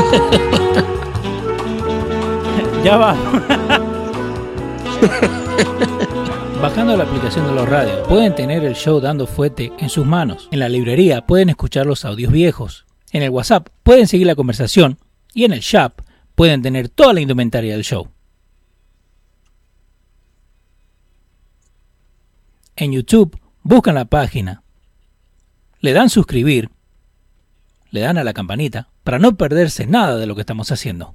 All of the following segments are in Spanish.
Ya va. Bajando la aplicación de los radios, pueden tener el show Dando Fuete en sus manos. En la librería pueden escuchar los audios viejos. En el WhatsApp pueden seguir la conversación. Y en el shop pueden tener toda la indumentaria del show. En YouTube buscan la página, le dan suscribir, le dan a la campanita para no perderse nada de lo que estamos haciendo.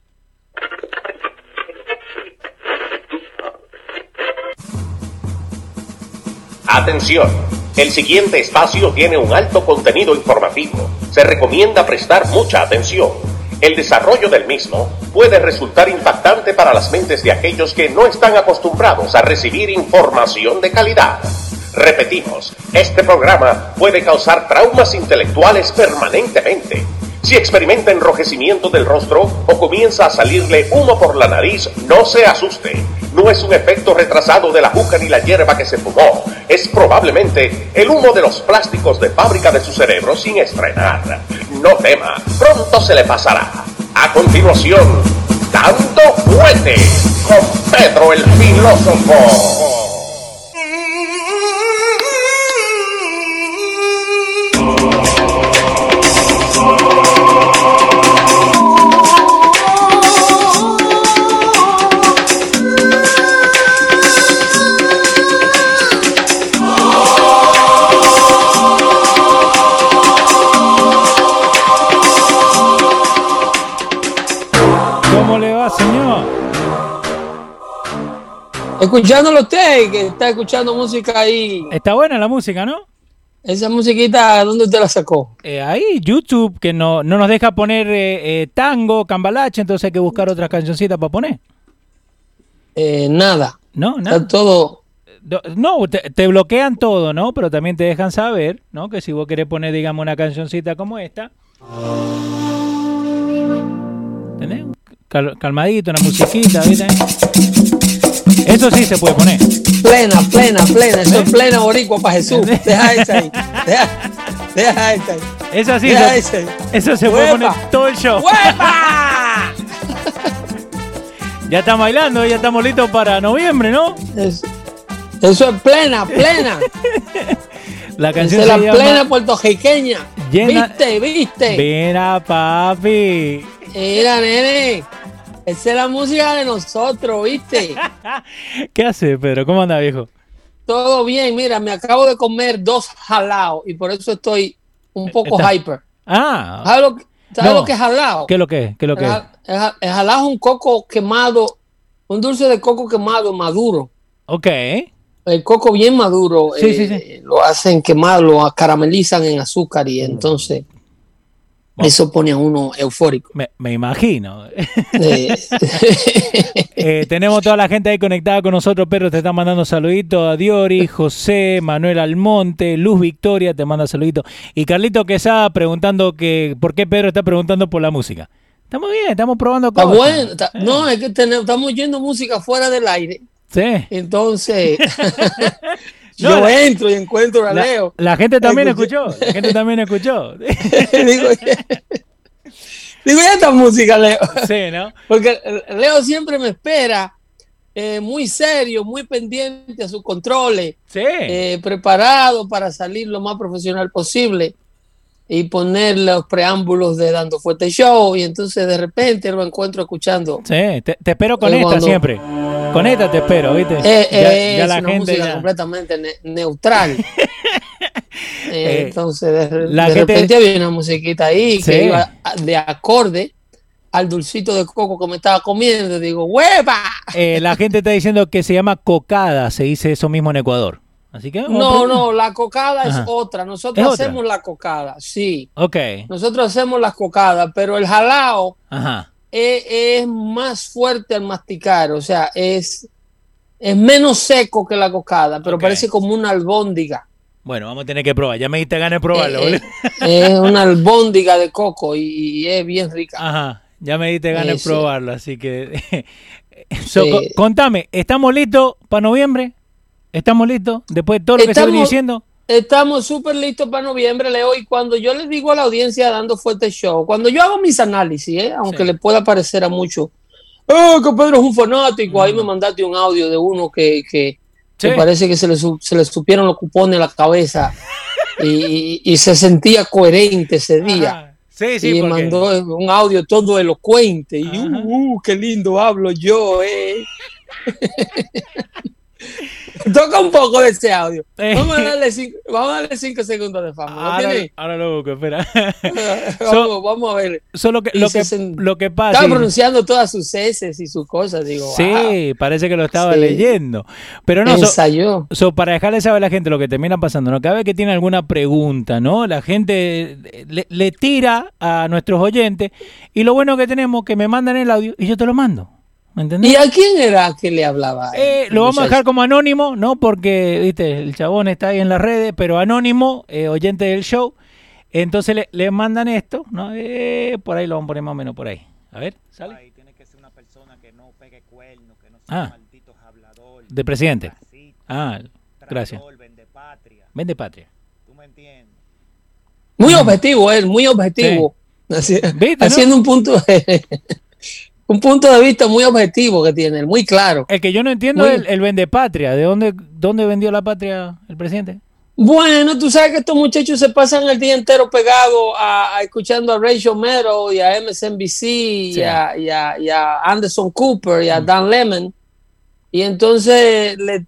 Atención, el siguiente espacio tiene un alto contenido informativo. Se recomienda prestar mucha atención. El desarrollo del mismo puede resultar impactante para las mentes de aquellos que no están acostumbrados a recibir información de calidad. Repetimos, este programa puede causar traumas intelectuales permanentemente. Si experimenta enrojecimiento del rostro o comienza a salirle humo por la nariz, no se asuste. No es un efecto retrasado de la juca ni la hierba que se fumó. Es probablemente el humo de los plásticos de fábrica de su cerebro sin estrenar. No tema, pronto se le pasará. A continuación, Dando Fuete con Pedro el Filósofo. Escuchándolo usted, que está escuchando música ahí. Está buena la música, ¿no? Esa musiquita, ¿dónde usted la sacó? Ahí, YouTube, que no nos deja poner tango, cambalache, entonces hay que buscar otras cancioncitas para poner. Nada. No, nada. Está todo. No, te bloquean todo, ¿no? Pero también te dejan saber, ¿no? Que si vos querés poner, digamos, una cancioncita como esta. ¿Entendés? Calmadito, una musiquita, ¿viste? Eso sí se puede poner. Plena. Eso es plena boricua para Jesús. Deja esa ahí. Deja esa ahí. Eso sí. Eso se puede poner todo el show. ¡Huepa! Ya estamos bailando, ya estamos listos para noviembre, ¿no? Eso es plena. La canción es la se plena llama puertorriqueña. ¿Viste? Mira, papi. Mira, nene. Esa es la música de nosotros, ¿viste? ¿Qué hace, Pedro? ¿Cómo anda, viejo? Todo bien, mira, me acabo de comer 2 jalaos y por eso estoy un poco hyper. ¿Sabes lo que es jalao? ¿Qué es lo que es? El jalao es un coco quemado, un dulce de coco quemado maduro. Ok. El coco bien maduro, sí. lo hacen quemado, lo caramelizan en azúcar y entonces... Eso pone a uno eufórico. Me imagino. Tenemos toda la gente ahí conectada con nosotros. Pedro te está mandando saluditos a Diori, José, Manuel Almonte, Luz Victoria te manda saluditos. Y Carlito Quesada preguntando por qué Pedro está preguntando por la música. Estamos bien, estamos probando cosas. Está bueno. No, es que estamos oyendo música fuera del aire. Sí. Entonces... Yo entro y encuentro a Leo. La gente también escuchó. Digo, ya esta música, Leo. Sí, ¿no? Porque Leo siempre me espera muy serio, muy pendiente a sus controles. Sí. Preparado para salir lo más profesional posible y poner los preámbulos de Dando Fuerte Show. Y entonces de repente lo encuentro escuchando. Sí, te espero con esta siempre. Con esta te espero, ¿viste? Ya la gente música completamente neutral. Entonces, de repente había una musiquita ahí que iba de acorde al dulcito de coco que me estaba comiendo. Digo, ¡hueva! La gente está diciendo que se llama cocada, se dice eso mismo en Ecuador. Así que no, la cocada es otra. Nosotros hacemos la cocada, sí. Ok. Nosotros hacemos la cocada, pero el jalao... Ajá. Es más fuerte al masticar, o sea, es menos seco que la cocada, pero parece como una albóndiga. Bueno, vamos a tener que probar, ya me diste ganas de probarlo. Es una albóndiga de coco y es bien rica. Ajá, ya me diste ganas de probarlo, así que... Contame, ¿estamos listos para noviembre? ¿Estamos listos? Después de todo lo que se viene diciendo. Estamos súper listos para noviembre, Leo, y cuando yo les digo a la audiencia dando fuerte show, cuando yo hago mis análisis, aunque le pueda parecer a muchos, que Pedro es un fanático, ahí me mandaste un audio de uno que parece que se le supieron los cupones a la cabeza y se sentía coherente ese día. Sí, y porque... mandó un audio todo elocuente y qué lindo hablo yo, Toca un poco de ese audio. Vamos a darle 5 segundos de fama. Ahora lo busco, espera. Vamos a ver. Lo que pasa. Estaba pronunciando todas sus heces y sus cosas. Digo, sí, parece que lo estaba leyendo. Pero no, ensayó. Para dejarle saber a la gente lo que termina pasando, ¿no? Cada vez que tiene alguna pregunta, ¿no? La gente le tira a nuestros oyentes y lo bueno que tenemos es que me mandan el audio y yo te lo mando. ¿Me entendés? ¿Y a quién era que le hablaba? Lo vamos a dejar como anónimo, ¿no? Porque, viste, el chabón está ahí en las redes, pero anónimo, oyente del show. Entonces le mandan esto, ¿no? Por ahí lo vamos a poner más o menos por ahí. A ver, ¿sale? Ahí tiene que ser una persona que no pegue cuernos, que no sea maldito hablador. De presidente. Racista, Gracias. Vende patria. ¿Tú me entiendes? Muy objetivo él, muy objetivo. Sí. Haciendo un punto... Un punto de vista muy objetivo que tiene, muy claro. El que yo no entiendo es el vende patria. ¿De dónde vendió la patria el presidente? Bueno, tú sabes que estos muchachos se pasan el día entero pegados a escuchando a Rachel Maddow y a MSNBC y a Anderson Cooper y a Dan Lemon. Y entonces le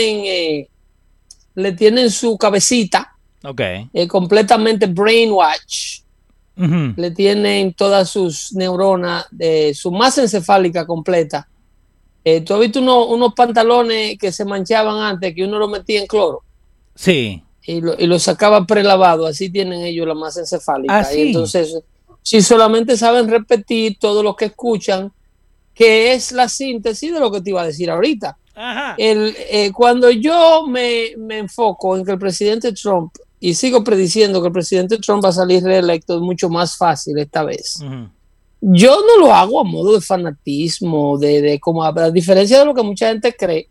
tienen su cabecita completamente brainwash. Le tienen todas sus neuronas, su masa encefálica completa. ¿Tú has visto unos pantalones que se manchaban antes, que uno lo metía en cloro? Sí. Y lo sacaba prelavado, así tienen ellos la masa encefálica. ¿Sí? Y entonces, si solamente saben repetir todo lo que escuchan, que es la síntesis de lo que te iba a decir ahorita. Ajá. Cuando yo me enfoco en que el presidente Trump, y sigo prediciendo que el presidente Trump va a salir reelecto, es mucho más fácil esta vez. Yo no lo hago a modo de fanatismo, como a diferencia de lo que mucha gente cree.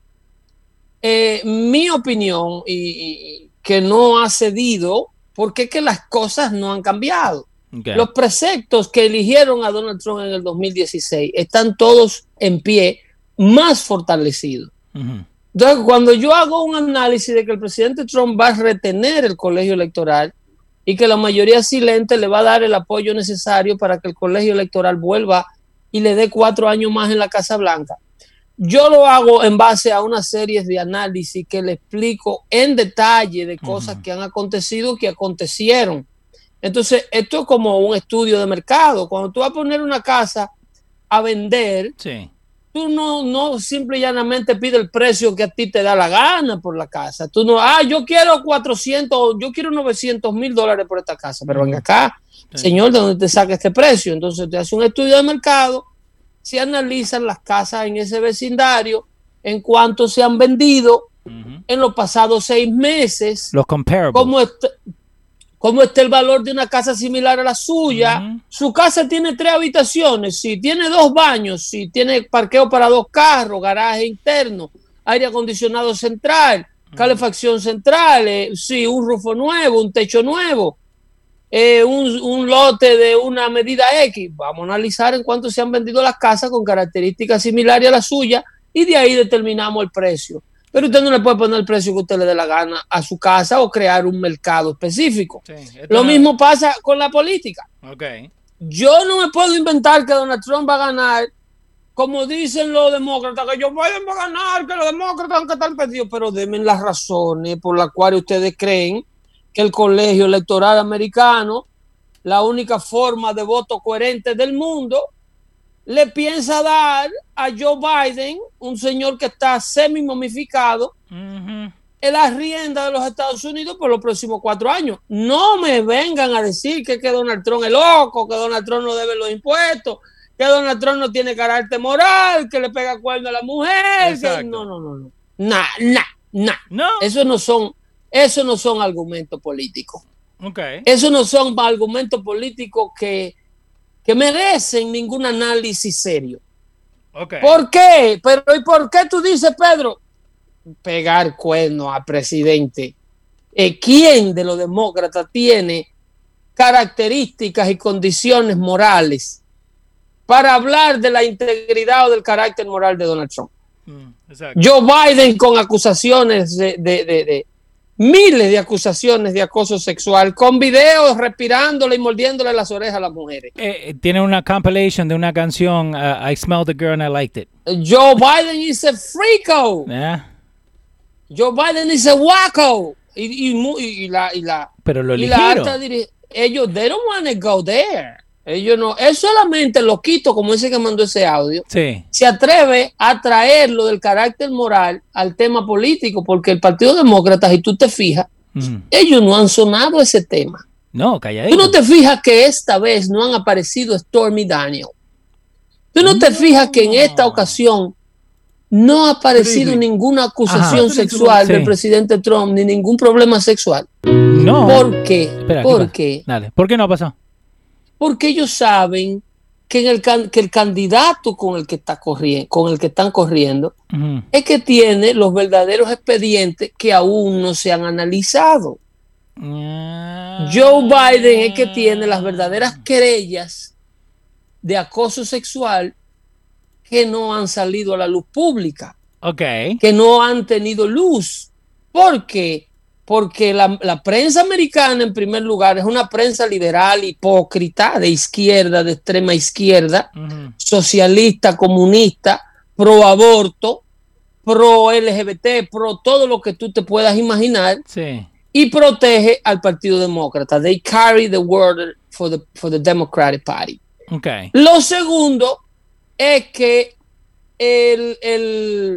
Mi opinión, y que no ha cedido, porque es que las cosas no han cambiado. Los preceptos que eligieron a Donald Trump en el 2016 están todos en pie, más fortalecidos. Entonces, cuando yo hago un análisis de que el presidente Trump va a retener el colegio electoral y que la mayoría silente le va a dar el apoyo necesario para que el colegio electoral vuelva y le dé 4 años más en la Casa Blanca, yo lo hago en base a una serie de análisis que le explico en detalle de cosas que han acontecido, que acontecieron. Entonces, esto es como un estudio de mercado. Cuando tú vas a poner una casa a vender, tú no simple y llanamente pides el precio que a ti te da la gana por la casa. Tú no, yo quiero 400, yo quiero $900,000 por esta casa, pero venga acá, señor, ¿de dónde te saca este precio? Entonces te hace un estudio de mercado, se analizan las casas en ese vecindario, en cuánto se han vendido en los pasados 6 meses, los comparables, cómo está el valor de una casa similar a la suya. Su casa tiene 3 habitaciones, si tiene 2 baños, si tiene parqueo para 2 carros, garaje interno, aire acondicionado central, calefacción central, sí, un rufo nuevo, un techo nuevo, un lote de una medida X. Vamos a analizar en cuánto se han vendido las casas con características similares a la suya y de ahí determinamos el precio. Pero usted no le puede poner el precio que usted le dé la gana a su casa o crear un mercado específico. Lo mismo pasa con la política. Yo no me puedo inventar que Donald Trump va a ganar, como dicen los demócratas, que Joe Biden va a ganar, que los demócratas van a estar perdidos, pero denme las razones por las cuales ustedes creen que el colegio electoral americano, la única forma de voto coherente del mundo, le piensa dar a Joe Biden, un señor que está semi-momificado, en la rienda de los Estados Unidos por los próximos 4 años. No me vengan a decir que Donald Trump es loco, que Donald Trump no debe los impuestos, que Donald Trump no tiene carácter moral, que le pega cuerno a la mujer. Que... No. No. Eso no son argumentos políticos. Esos no son argumentos políticos que merecen ningún análisis serio. ¿Por qué? ¿Y por qué tú dices, Pedro? Pegar cuerno al presidente quién de los demócratas tiene características y condiciones morales para hablar de la integridad o del carácter moral de Donald Trump. Joe Biden con acusaciones de miles de acusaciones de acoso sexual, con videos respirándole y mordiéndole las orejas a las mujeres. Tiene una compilation de una canción, I Smelled the Girl and I Liked It. Joe Biden is a freako. Yeah. Joe Biden is a wacko. Pero lo y eligieron. Ellos, they don't want to go there. Ellos no, es solamente loquito, como ese que mandó ese audio, sí, se atreve a traerlo del carácter moral al tema político, porque el Partido Demócrata, si tú te fijas, ellos no han sonado ese tema. No, calladito. Tú no te fijas que esta vez no han aparecido Stormy Daniels. Tú no te fijas que en esta ocasión no ha aparecido ninguna acusación sexual del presidente Trump, ni ningún problema sexual. No. ¿Por qué? Espera, ¿Por qué? Dale. ¿Por qué no ha pasado? Porque ellos saben que el candidato con el que están corriendo es que tiene los verdaderos expedientes que aún no se han analizado. Joe Biden es que tiene las verdaderas querellas de acoso sexual que no han salido a la luz pública, que no han tenido luz. ¿Por qué? Porque la prensa americana, en primer lugar, es una prensa liberal, hipócrita, de izquierda, de extrema izquierda, socialista, comunista, pro aborto, pro LGBT, pro todo lo que tú te puedas imaginar, sí, y protege al Partido Demócrata. They carry the word for the Democratic Party. Okay. Lo segundo es que el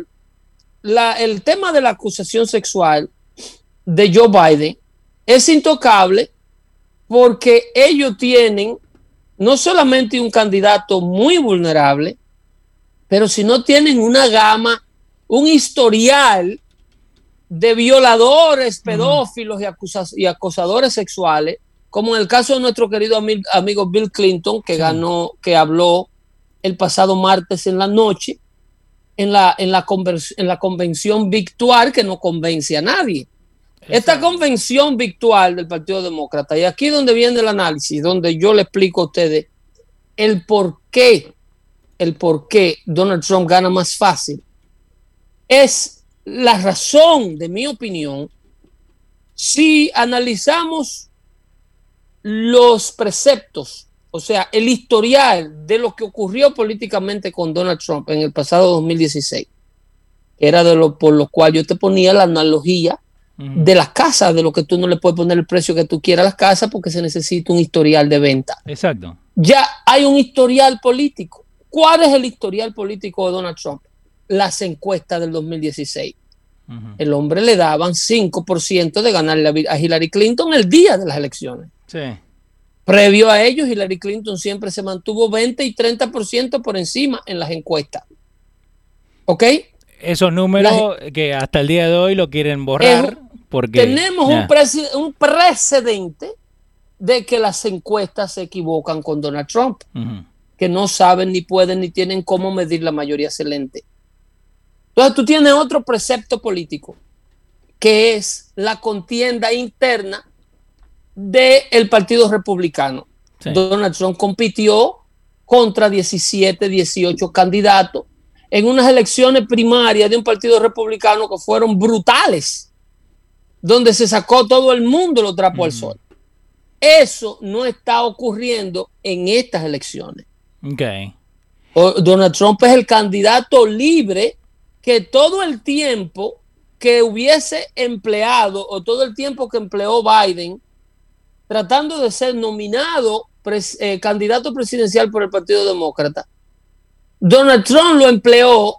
tema de la acusación sexual de Joe Biden es intocable, porque ellos tienen no solamente un candidato muy vulnerable, pero sino tienen una gama, un historial de violadores, pedófilos y acosadores sexuales, como en el caso de nuestro querido amigo Bill Clinton, que que habló el pasado martes en la noche en la convención virtual, que no convence a nadie. Esta convención virtual del Partido Demócrata, y aquí es donde viene el análisis, donde yo le explico a ustedes el por qué Donald Trump gana más fácil, es la razón, de mi opinión, si analizamos los preceptos, o sea, el historial de lo que ocurrió políticamente con Donald Trump en el pasado 2016, era por lo cual yo te ponía la analogía de las casas, de lo que tú no le puedes poner el precio que tú quieras a las casas, porque se necesita un historial de venta. Exacto. Ya hay un historial político. ¿Cuál es el historial político de Donald Trump? Las encuestas del 2016. El hombre le daban 5% de ganarle a Hillary Clinton el día de las elecciones. Sí. Previo a ellos, Hillary Clinton siempre se mantuvo 20 y 30% por encima en las encuestas. ¿Ok? Esos números que hasta el día de hoy lo quieren borrar. Porque tenemos un precedente de que las encuestas se equivocan con Donald Trump, que no saben, ni pueden, ni tienen cómo medir la mayoría excelente. Entonces tú tienes otro precepto político, que es la contienda interna del Partido Republicano. Sí. Donald Trump compitió contra 17, 18 candidatos en unas elecciones primarias de un partido republicano que fueron brutales, donde se sacó todo el mundo los trapos al sol. Eso no está ocurriendo en estas elecciones. Okay. Donald Trump es el candidato libre que todo el tiempo que hubiese empleado, o todo el tiempo que empleó Biden tratando de ser nominado candidato presidencial por el Partido Demócrata, Donald Trump lo empleó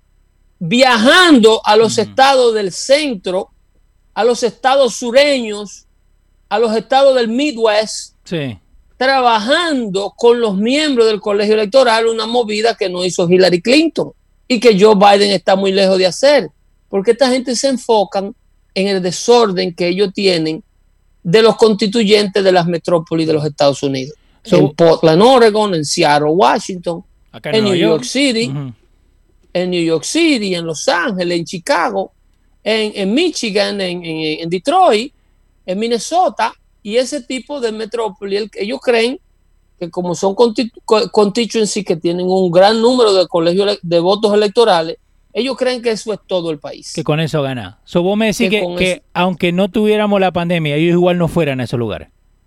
viajando a los estados del centro, a los estados sureños, a los estados del Midwest, sí, trabajando con los miembros del colegio electoral, una movida que no hizo Hillary Clinton y que Joe Biden está muy lejos de hacer, porque esta gente se enfocan en el desorden que ellos tienen de los constituyentes de las metrópolis de los Estados Unidos. En Portland, Oregon, en Seattle, Washington, en New York City, en New York City, en Los Ángeles, en Chicago, en Michigan, en Detroit, en Minnesota y ese tipo de metrópoli. Ellos creen que como son constituencies que tienen un gran número de colegios de votos electorales, ellos creen que eso es todo el país. Que con eso gana. Vos me decís que aunque no tuviéramos la pandemia, ellos igual no fueran a esos lugares.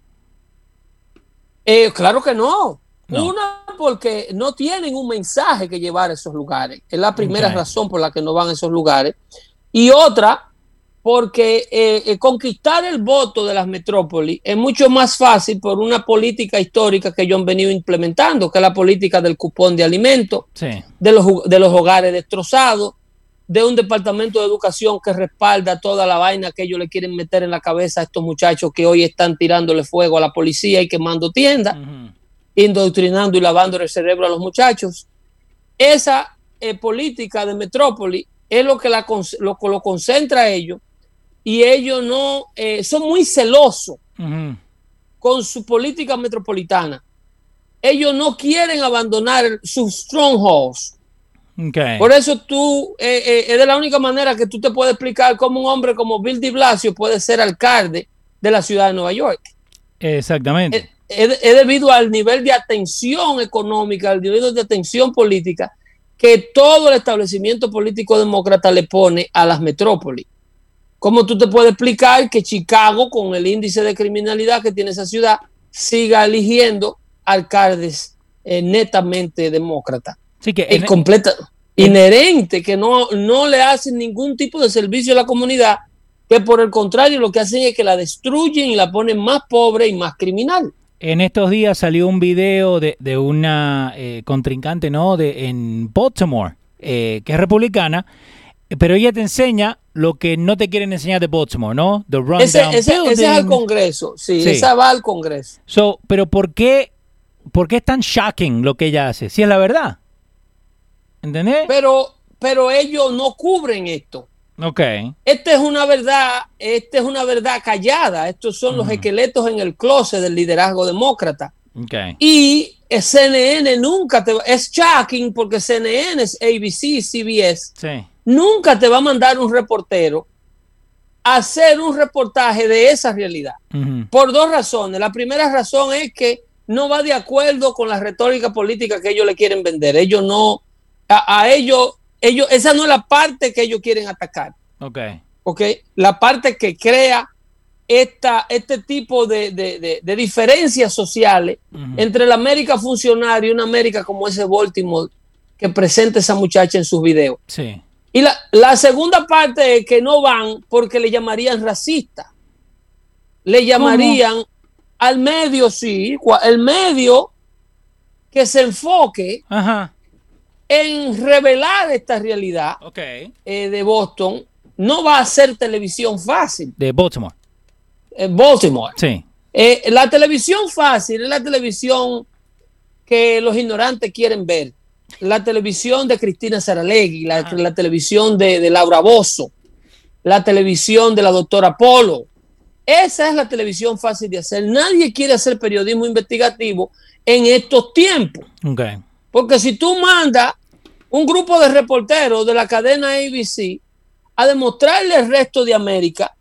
Claro que no. Una, porque no tienen un mensaje que llevar a esos lugares. Es la primera razón por la que no van a esos lugares. Y otra, porque conquistar el voto de las metrópolis es mucho más fácil por una política histórica que ellos han venido implementando, que es la política del cupón de alimentos, de los hogares destrozados, de un departamento de educación que respalda toda la vaina que ellos le quieren meter en la cabeza a estos muchachos que hoy están tirándole fuego a la policía y quemando tiendas, indoctrinando y lavando el cerebro a los muchachos. Esa política de metrópoli es lo que lo concentra a ellos, y ellos no son muy celosos con su política metropolitana. Ellos no quieren abandonar sus strongholds. Por eso es de la única manera que tú te puedes explicar cómo un hombre como Bill de Blasio puede ser alcalde de la ciudad de Nueva York. Exactamente. Es debido al nivel de atención económica, al nivel de atención política que todo el establecimiento político demócrata le pone a las metrópolis. ¿Cómo tú te puedes explicar que Chicago, con el índice de criminalidad que tiene esa ciudad, siga eligiendo alcaldes netamente demócratas? Sí, que inherente, que no le hacen ningún tipo de servicio a la comunidad, que por el contrario lo que hacen es que la destruyen y la ponen más pobre y más criminal. En estos días salió un video de una contrincante, ¿no? En Baltimore, que es republicana, pero ella te enseña lo que no te quieren enseñar de Baltimore, ¿no? Ese es al Congreso, sí, esa va al Congreso. Pero ¿por qué es tan shocking lo que ella hace? Si es la verdad. ¿Entendés? Pero ellos no cubren esto. Esta es una verdad callada. Estos son los esqueletos en el closet del liderazgo demócrata. Y CNN nunca es shocking porque CNN, es ABC, CBS, nunca te va a mandar un reportero a hacer un reportaje de esa realidad. Por dos razones. La primera razón es que no va de acuerdo con la retórica política que ellos le quieren vender. Ellos no, a ellos, esa no es la parte que ellos quieren atacar. La parte que crea este tipo de diferencias sociales entre la América funcionaria y una América como ese Baltimore que presenta esa muchacha en sus videos. Y la segunda parte es que no van porque le llamarían racista. Le llamarían al medio, el medio que se enfoque en revelar esta realidad de Boston. No va a ser televisión fácil. De Baltimore. Baltimore. La televisión fácil es la televisión que los ignorantes quieren ver. La televisión de Cristina Saralegui, la televisión de Laura Bozzo, la televisión de la doctora Polo. Esa es la televisión fácil de hacer. Nadie quiere hacer periodismo investigativo en estos tiempos. Porque si tú mandas un grupo de reporteros de la cadena ABC a demostrarle al resto de América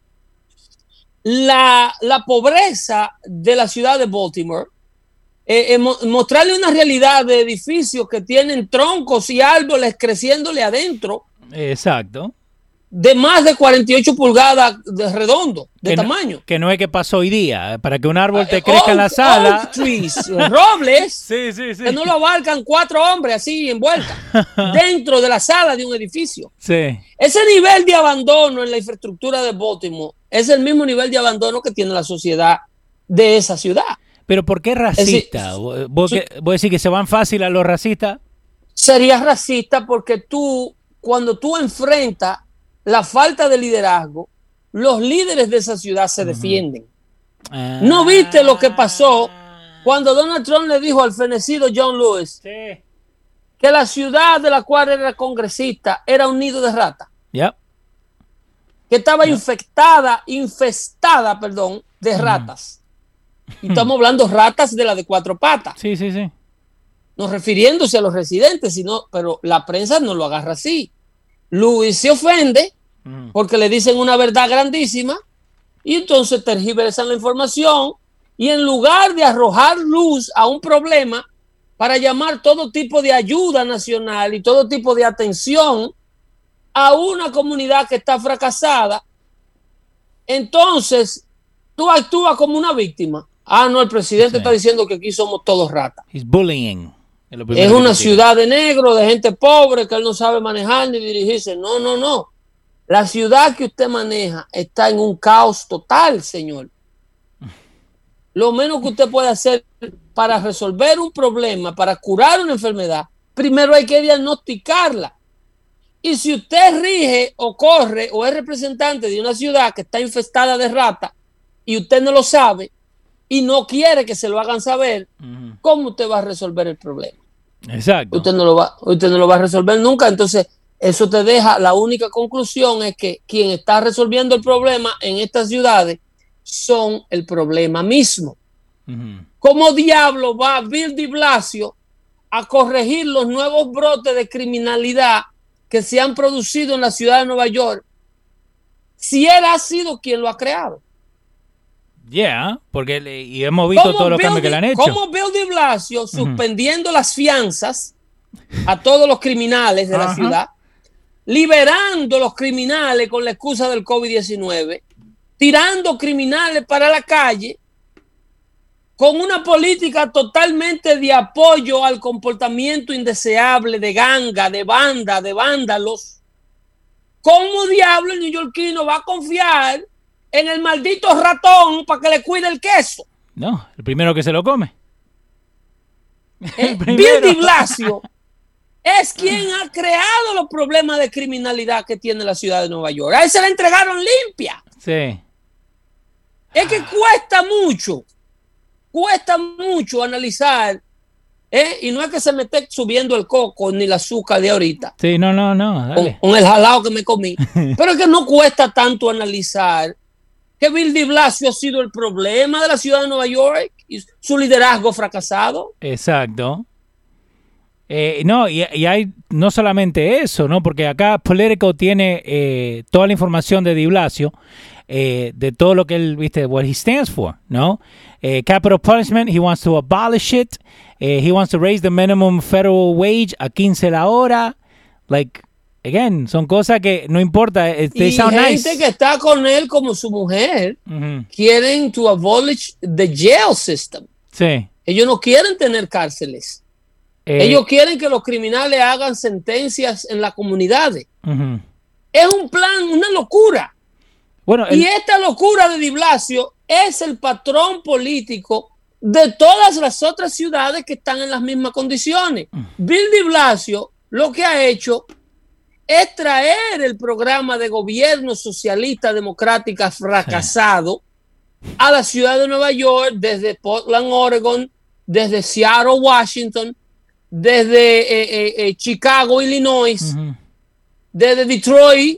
la pobreza de la ciudad de Baltimore, mostrarle una realidad de edificios que tienen troncos y árboles creciéndole adentro. De más de 48 pulgadas de redondo, de tamaño. Que no es que pasó hoy día. Para que un árbol te crezca en la sala. Oak trees, robles, que no lo abarcan 4 hombres así envueltas dentro de la sala de un edificio. Ese nivel de abandono en la infraestructura de Baltimore es el mismo nivel de abandono que tiene la sociedad de esa ciudad. ¿Pero por qué racista? ¿Vos decís que se van fácil a los racistas? Sería racista porque cuando tú enfrentas la falta de liderazgo, los líderes de esa ciudad se defienden. ¿No viste lo que pasó cuando Donald Trump le dijo al fenecido John Lewis que la ciudad de la cual era congresista era un nido de ratas? Que estaba infestada de ratas. Y estamos hablando ratas de las de 4 patas. No refiriéndose a los residentes, pero la prensa no lo agarra así. Luis se ofende porque le dicen una verdad grandísima Y entonces tergiversan la información y en lugar de arrojar luz a un problema para llamar todo tipo de ayuda nacional y todo tipo de atención a una comunidad que está fracasada, entonces tú actúas como una víctima. Ah, no, el presidente está diciendo que aquí somos todos ratas. He's bullying. Es una ciudad de negros, de gente pobre que él no sabe manejar ni dirigirse. No, no, no. La ciudad que usted maneja está en un caos total, señor. Lo menos que usted puede hacer para resolver un problema, para curar una enfermedad, primero hay que diagnosticarla. Y si usted rige o corre o es representante de una ciudad que está infestada de ratas y usted no lo sabe y no quiere que se lo hagan saber, ¿cómo usted va a resolver el problema? Exacto. Usted no lo va a resolver nunca. Entonces, eso te deja, la única conclusión es que quien está resolviendo el problema en estas ciudades son el problema mismo. ¿Cómo diablo va Bill de Blasio a corregir los nuevos brotes de criminalidad que se han producido en la ciudad de Nueva York si él ha sido quien lo ha creado? Porque y hemos visto todos los cambios que le han hecho. ¿Cómo Bill de Blasio suspendiendo las fianzas a todos los criminales de la ciudad, liberando los criminales con la excusa del COVID-19, tirando criminales para la calle, con una política totalmente de apoyo al comportamiento indeseable de ganga, de banda, de vándalos? ¿Cómo diablo el neoyorquino va a confiar en el maldito ratón para que le cuide el queso? No, el primero que se lo come. Bill de Blasio es quien ha creado los problemas de criminalidad que tiene la ciudad de Nueva York. A él se la entregaron limpia. Sí. Es que cuesta mucho analizar, y no es que se me esté subiendo el coco ni el azúcar de ahorita. Sí, no, dale. Con el jalao que me comí. Pero es que no cuesta tanto analizar que Bill de Blasio ha sido el problema de la ciudad de Nueva York y su liderazgo fracasado. Exacto. No, y hay no solamente eso, ¿no? Porque acá Politico tiene toda la información de de Blasio, de todo lo que él, viste, what he stands for, ¿no? Capital punishment, he wants to abolish it. He wants to raise the minimum federal wage a 15 la hora. Like, again, son cosas que no importa. They sound gente nice. Que está con él como su mujer quieren to abolish the jail system. Sí. Ellos no quieren tener cárceles. Ellos quieren que los criminales hagan sentencias en las comunidades. Es un plan, una locura. Bueno, y esta locura de de Blasio es el patrón político de todas las otras ciudades que están en las mismas condiciones. Bill de Blasio lo que ha hecho es traer el programa de gobierno socialista democrática fracasado a la ciudad de Nueva York, desde Portland, Oregon, desde Seattle, Washington, desde Chicago, Illinois, desde Detroit,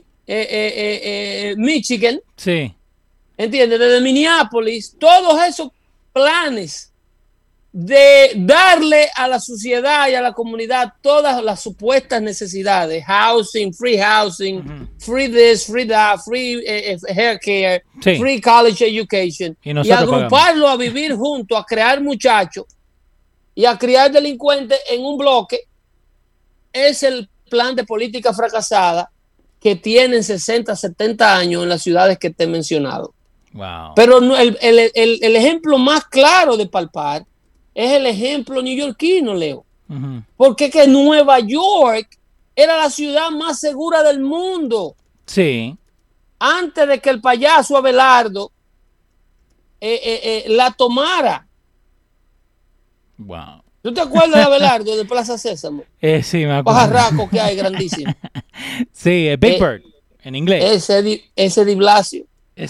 Michigan, sí. ¿Entiendes? Desde Minneapolis, todos esos planes de darle a la sociedad y a la comunidad todas las supuestas necesidades, housing, free this, free that, free hair care, free college education, y agruparlo a vivir juntos, a crear muchachos y a criar delincuentes en un bloque, es el plan de política fracasada que tienen 60, 70 años en las ciudades que te he mencionado. Wow. Pero el ejemplo más claro de palpar es el ejemplo neoyorquino, Leo. Porque que Nueva York era la ciudad más segura del mundo. Sí. Antes de que el payaso Abelardo la tomara. Wow. ¿Tú te acuerdas de Abelardo de Plaza Sésamo? Sí, me acuerdo. Pajarraco que hay, grandísimo. Sí, Big Bird, en inglés. Ese de Blasio.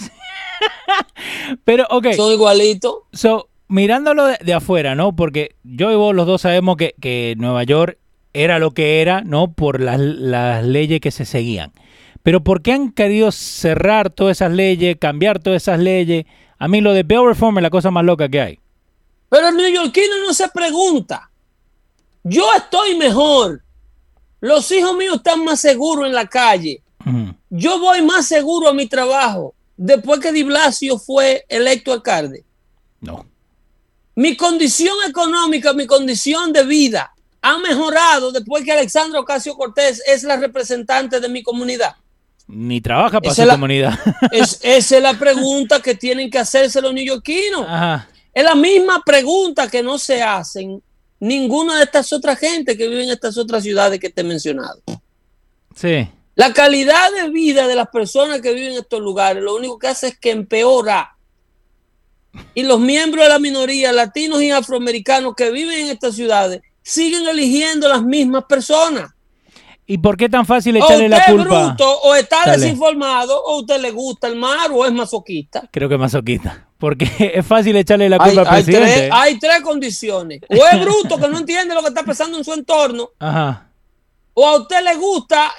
Pero, ok. Son igualitos. So, mirándolo de afuera, ¿no? Porque yo y vos los dos sabemos que Nueva York era lo que era, ¿no? Por las leyes que se seguían. Pero ¿por qué han querido cerrar todas esas leyes, cambiar todas esas leyes? A mí lo de bail reform es la cosa más loca que hay. Pero el neoyorquino no se pregunta. Yo estoy mejor. Los hijos míos están más seguros en la calle. Yo voy más seguro a mi trabajo. después que Di Blasio fue electo alcalde? No. Mi condición económica, mi condición de vida ha mejorado después que Alexandra Ocasio-Cortez es la representante de mi comunidad. Ni trabaja para su comunidad. Esa es la pregunta que tienen que hacerse los neoyorquinos. Ajá. Es la misma pregunta que no se hacen ninguna de estas otras gente que viven en estas otras ciudades que te he mencionado. Sí. La calidad de vida de las personas que viven en estos lugares lo único que hace es que empeora. Y los miembros de la minoría, latinos y afroamericanos que viven en estas ciudades, siguen eligiendo las mismas personas. ¿Y por qué tan fácil echarle la culpa? O usted es bruto, o está desinformado, o a usted le gusta el mar, o es masoquista. Creo que es masoquista. Porque es fácil echarle la culpa al presidente. Hay tres condiciones. O es bruto, que no entiende lo que está pasando en su entorno. Ajá. O a usted le gusta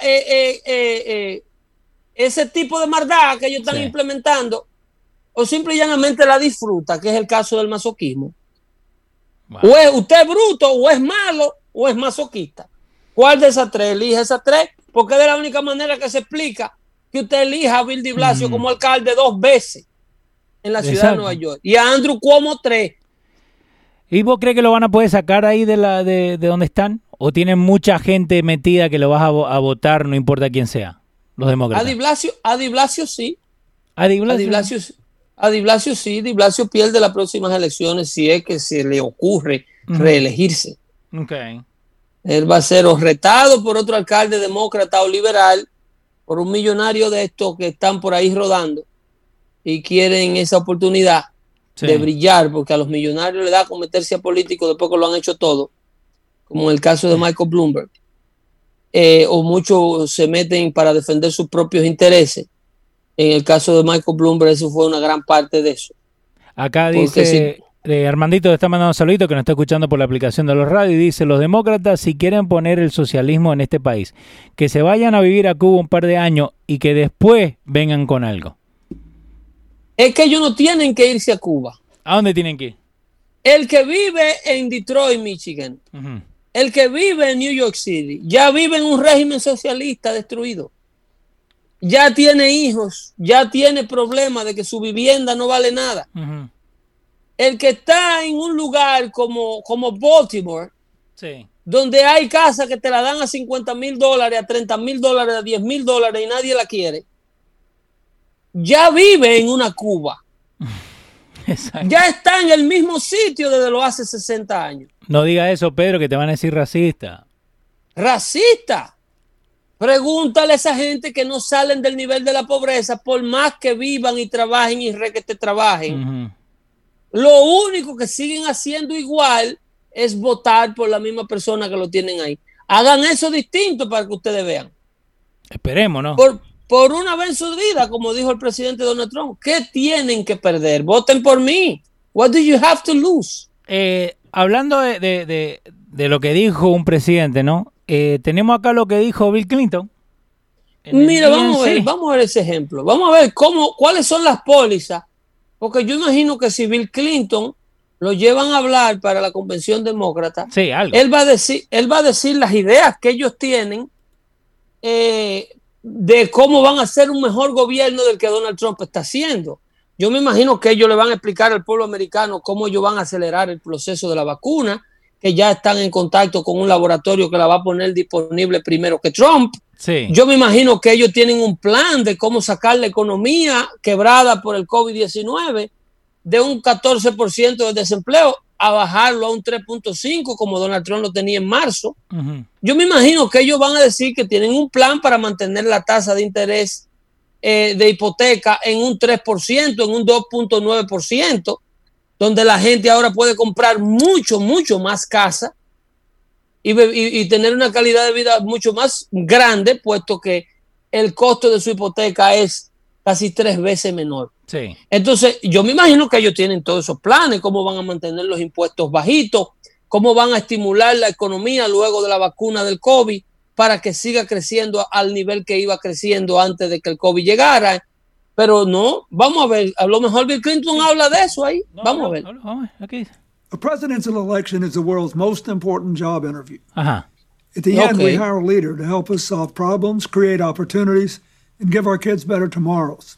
ese tipo de maldad que ellos están implementando. O simple y llanamente la disfruta, que es el caso del masoquismo. Wow. O es usted bruto, o es malo, o es masoquista. ¿Cuál de esas tres? Elige esas tres, porque es de la única manera que se explica que usted elija a Bill de Blasio como alcalde 2 veces en la ciudad de Nueva York y a Andrew Cuomo 3. ¿Y vos crees que lo van a poder sacar ahí de donde están? ¿O tienen mucha gente metida que lo vas a votar, no importa quién sea? Los demócratas. A Di Blasio sí. ¿A Di Blasio? Sí. Di Blasio pierde las próximas elecciones si es que se le ocurre reelegirse. Okay. Él va a ser o retado por otro alcalde demócrata o liberal, por un millonario de estos que están por ahí rodando y quieren esa oportunidad de brillar, porque a los millonarios le da con meterse a políticos después que lo han hecho todo, como en el caso de Michael Bloomberg. O muchos se meten para defender sus propios intereses. En el caso de Michael Bloomberg, eso fue una gran parte de eso. Acá dice... Armandito está mandando un saludito que nos está escuchando por la aplicación de los radios y dice: los demócratas, si quieren poner el socialismo en este país, que se vayan a vivir a Cuba un par de años y que después vengan con algo. Es que ellos no tienen que irse a Cuba. ¿A dónde tienen que ir? El que vive en Detroit, Michigan, el que vive en New York City, ya vive en un régimen socialista destruido. Ya tiene hijos, ya tiene problemas de que su vivienda no vale nada. El que está en un lugar como Baltimore, donde hay casas que te la dan a $50,000, a $30,000, a $10,000 y nadie la quiere, ya vive en una Cuba. Exacto. Ya está en el mismo sitio desde los hace 60 años. No diga eso, Pedro, que te van a decir racista. ¿Racista? Pregúntale a esa gente que no salen del nivel de la pobreza, por más que vivan y trabajen y requete trabajen. Lo único que siguen haciendo igual es votar por la misma persona que lo tienen ahí. Hagan eso distinto para que ustedes vean. Esperemos, ¿no? Por una vez en su vida, como dijo el presidente Donald Trump, ¿qué tienen que perder? Voten por mí. What do you have to lose? Hablando de lo que dijo un presidente, ¿no? Tenemos acá lo que dijo Bill Clinton. Mira, vamos a ver ese ejemplo. Vamos a ver cuáles son las pólizas. Porque yo imagino que si Bill Clinton lo llevan a hablar para la convención demócrata, algo. Él va a decir las ideas que ellos tienen de cómo van a hacer un mejor gobierno del que Donald Trump está haciendo. Yo me imagino que ellos le van a explicar al pueblo americano cómo ellos van a acelerar el proceso de la vacuna, que ya están en contacto con un laboratorio que la va a poner disponible primero que Trump. Yo me imagino que ellos tienen un plan de cómo sacar la economía quebrada por el COVID-19 de un 14% de desempleo a bajarlo a un 3.5% como Donald Trump lo tenía en marzo. Yo me imagino que ellos van a decir que tienen un plan para mantener la tasa de interés de hipoteca en un 3%, en un 2.9%, donde la gente ahora puede comprar mucho más casa y tener una calidad de vida mucho más grande, puesto que el costo de su hipoteca es casi 3 veces menor. Entonces, yo me imagino que ellos tienen todos esos planes, cómo van a mantener los impuestos bajitos, cómo van a estimular la economía luego de la vacuna del COVID para que siga creciendo al nivel que iba creciendo antes de que el COVID llegara. Pero no, vamos a ver, a lo mejor Bill Clinton habla de eso ahí. Vamos a ver. Aquí. A presidential election is the world's most important job interview. At the end, we hire a leader to help us solve problems, create opportunities, and give our kids better tomorrows.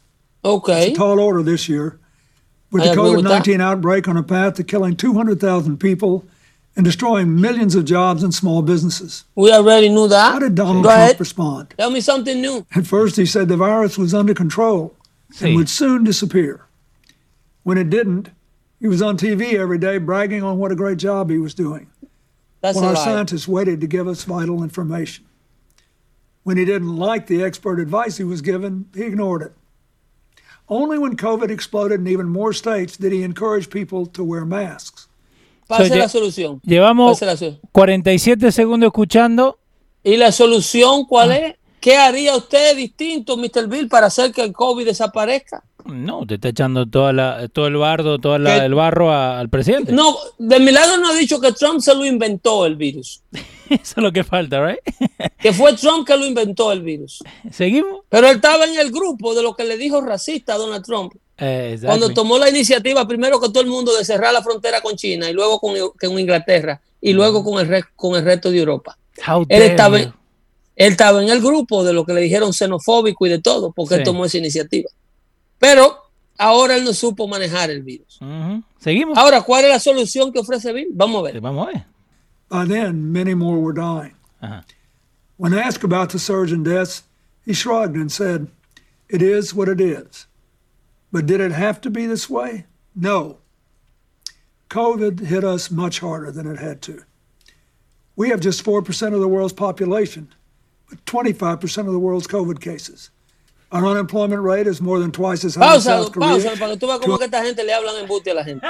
Okay. It's a tall order this year. With the COVID-19 outbreak on a path to killing 200,000 people and destroying millions of jobs and small businesses. We already knew that. How did Donald Trump respond? Tell me something new. At first, he said the virus was under control and would soon disappear. When it didn't, he was on TV every day bragging on what a great job he was doing. That's while a our lie. scientists waited to give us vital information. When he didn't like the expert advice he was given, he ignored it. Only when COVID exploded in even more states did he encourage people to wear masks. Pase la solución. Llevamos 47 segundos escuchando. ¿Y la solución cuál es? ¿Qué haría usted distinto, Mr. Bill, para hacer que el COVID desaparezca? No, te está echando todo el bardo, el barro al presidente. No, de milagro no ha dicho que Trump se lo inventó el virus. Eso es lo que falta, ¿right? Que fue Trump que lo inventó el virus. ¿Seguimos? Pero él estaba en el grupo de lo que le dijo racista a Donald Trump. Cuando tomó la iniciativa, primero con todo el mundo, de cerrar la frontera con China y luego con Inglaterra y luego con el resto de Europa. Él estaba en el grupo de lo que le dijeron xenofóbico y de todo, porque él tomó esa iniciativa. Pero ahora él no supo manejar el virus. ¿Seguimos? Ahora, ¿cuál es la solución que ofrece Bill? Vamos a ver. Vamos a ver. By then, many more were dying. When asked about the surge in deaths, he shrugged and said, "It is what it is." But did it have to be this way? No. COVID hit us much harder than it had to. We have just 4% of the world's population, but 25% of the world's COVID cases. Our unemployment rate is more than twice as high as South Korea. Pausa, para que tú veas cómo que esta gente le hablan embuste a la gente.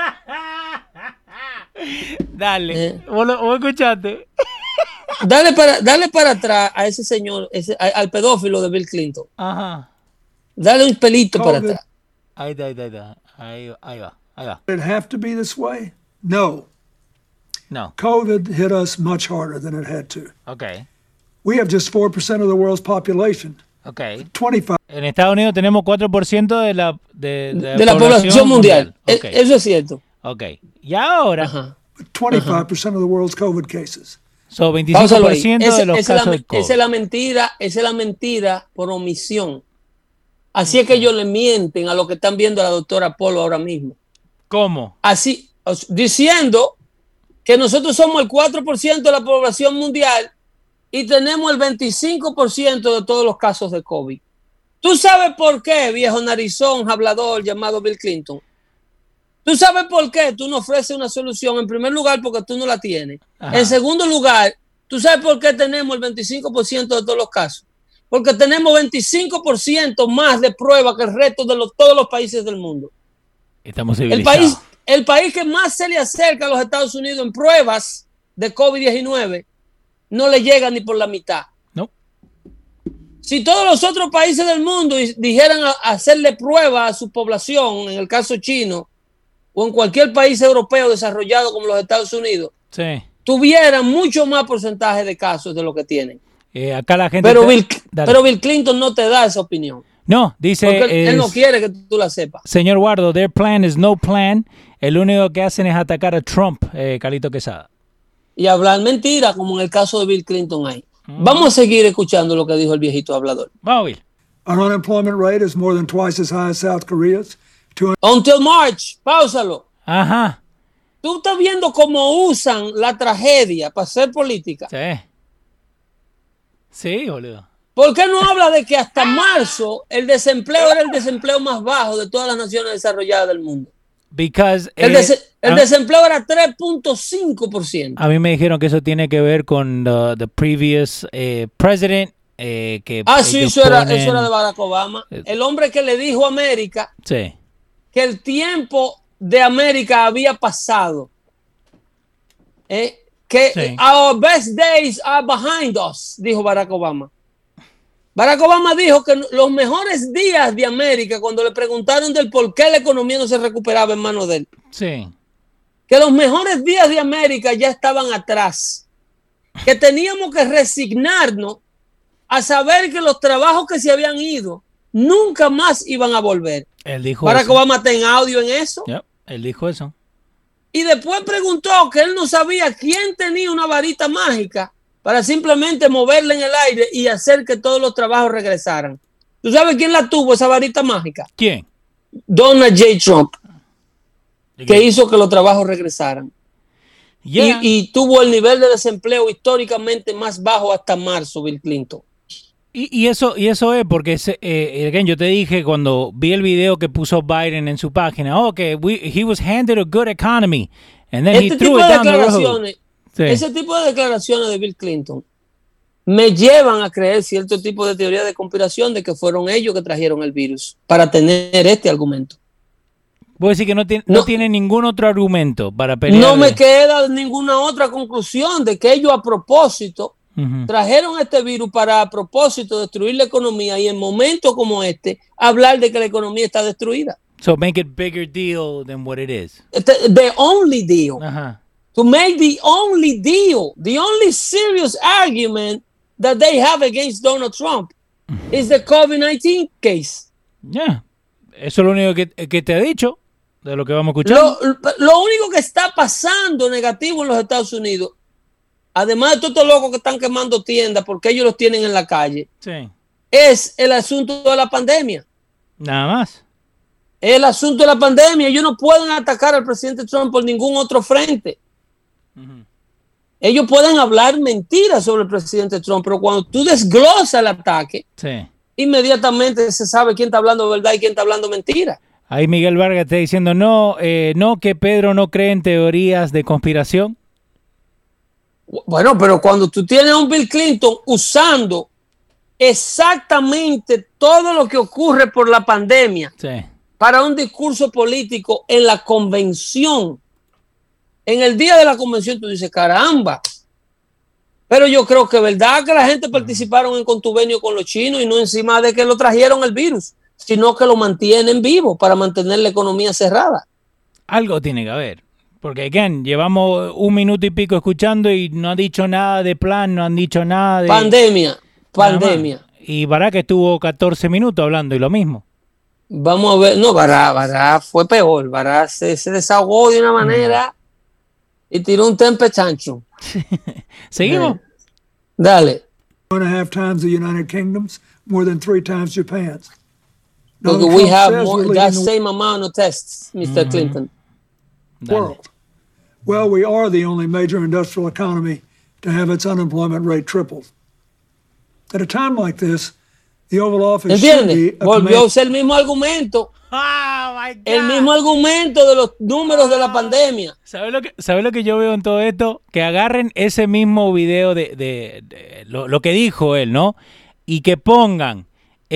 Dale, vos escuchaste. Dale para atrás a ese señor, al pedófilo de Bill Clinton. Ajá. Dale un pelito COVID. para atrás. Ahí está. Ahí va. Did it have to be this way? No. No. COVID hit us much harder than it had to. Okay. We have just 4% of the world's population. Okay. 25. En Estados Unidos tenemos 4% de la población mundial. Okay. Eso es cierto. Okay. Y ahora, 25% of the world's COVID cases. So 25% de los casos de COVID. Esa es la mentira por omisión. Así es que ellos le mienten a lo que están viendo a la doctora Polo ahora mismo. ¿Cómo? Así, diciendo que nosotros somos el 4% de la población mundial y tenemos el 25% de todos los casos de COVID. ¿Tú sabes por qué, viejo narizón hablador llamado Bill Clinton? ¿Tú sabes por qué tú no ofreces una solución? En primer lugar, porque tú no la tienes. Ajá. En segundo lugar, ¿tú sabes por qué tenemos el 25% de todos los casos? Porque tenemos 25% más de pruebas que el resto de todos los países del mundo. Estamos civilizados. El país que más se le acerca a los Estados Unidos en pruebas de COVID-19 no le llega ni por la mitad. No. Si todos los otros países del mundo dijeran hacerle pruebas a su población, en el caso chino, o en cualquier país europeo desarrollado como los Estados Unidos, tuvieran mucho más porcentaje de casos de lo que tienen. Acá la gente... Pero Bill Clinton no te da esa opinión. No, dice... Porque él no quiere que tú la sepas. Señor Guardo, their plan is no plan. El único que hacen es atacar a Trump, Carlito Quesada. Y hablar mentira, como en el caso de Bill Clinton ahí. Vamos a seguir escuchando lo que dijo el viejito hablador. Vamos, Bill. Our unemployment rate is more than twice as high as South Korea's. Until March, páusalo. Ajá. Tú estás viendo cómo usan la tragedia para hacer política. Sí, boludo. ¿Por qué no habla de que hasta marzo el desempleo era el desempleo más bajo de todas las naciones desarrolladas del mundo? Because el desempleo era 3.5%. A mí me dijeron que eso tiene que ver con the previous president. Que sí, eso era de Barack Obama. El hombre que le dijo a América que el tiempo de América había pasado. Que our best days are behind us, dijo Barack Obama. Barack Obama dijo que los mejores días de América, cuando le preguntaron del por qué la economía no se recuperaba en manos de él, que los mejores días de América ya estaban atrás, que teníamos que resignarnos a saber que los trabajos que se habían ido nunca más iban a volver. Él dijo Barack eso. Obama está en audio en eso. Él dijo eso. Y después preguntó que él no sabía quién tenía una varita mágica para simplemente moverla en el aire y hacer que todos los trabajos regresaran. ¿Tú sabes quién la tuvo, esa varita mágica? ¿Quién? Donald J. Trump, que hizo que los trabajos regresaran. Yeah. Y tuvo el nivel de desempleo históricamente más bajo hasta marzo, Bill Clinton. Y eso es porque, again, yo te dije cuando vi el video que puso Biden en su página, que he was handed a good economy, and then he threw it down the road. Sí. Ese tipo de declaraciones de Bill Clinton me llevan a creer cierto tipo de teoría de conspiración de que fueron ellos que trajeron el virus para tener este argumento. Voy a decir que no tiene ningún otro argumento para pelear. No me queda ninguna otra conclusión de que ellos a propósito trajeron este virus para a propósito destruir la economía y en momentos como este hablar de que la economía está destruida. So make it bigger deal than what it is. The only deal. To make the only deal, the only serious argument that they have against Donald Trump is the COVID-19 case. Yeah. Eso es lo único que te ha dicho de lo que vamos a escuchar. Lo único que está pasando negativo en los Estados Unidos, además de todos estos locos que están quemando tiendas porque ellos los tienen en la calle, sí, es el asunto de la pandemia. Nada más. El asunto de la pandemia. Ellos no pueden atacar al presidente Trump por ningún otro frente. Ellos pueden hablar mentiras sobre el presidente Trump, pero cuando tú desglosas el ataque, sí, inmediatamente se sabe quién está hablando verdad y quién está hablando mentira. Ahí Miguel Vargas está diciendo, no, que Pedro no cree en teorías de conspiración. Bueno, pero cuando tú tienes a un Bill Clinton usando exactamente todo lo que ocurre por la pandemia, sí, para un discurso político en la convención, en el día de la convención tú dices, caramba, pero yo creo que es verdad que la gente participaron en contubernio con los chinos y no encima de que lo trajeron el virus, sino que lo mantienen vivo para mantener la economía cerrada. Algo tiene que haber, porque again, llevamos 1 minuto y pico escuchando y no han dicho nada de plan, no han dicho nada de... Pandemia. Y Barack estuvo 14 minutos hablando y lo mismo. Vamos a ver, no, Barack fue peor, Barack se desahogó de una manera y tiró un tempe chancho. ¿Seguimos? Dale. 1.5 times the United Kingdom's, more than 3 times Japan's. Because we have more, that same amount of tests, Mr. Clinton. World. Well, we are the only major industrial economy to have its unemployment rate tripled. At a time like this, the Oval Office should be a volvió a ser el mismo argumento. Oh my God. El mismo argumento de los números de la pandemia. ¿Sabes lo que yo veo en todo esto? Que agarren ese mismo video de lo que dijo él, ¿no? Y que pongan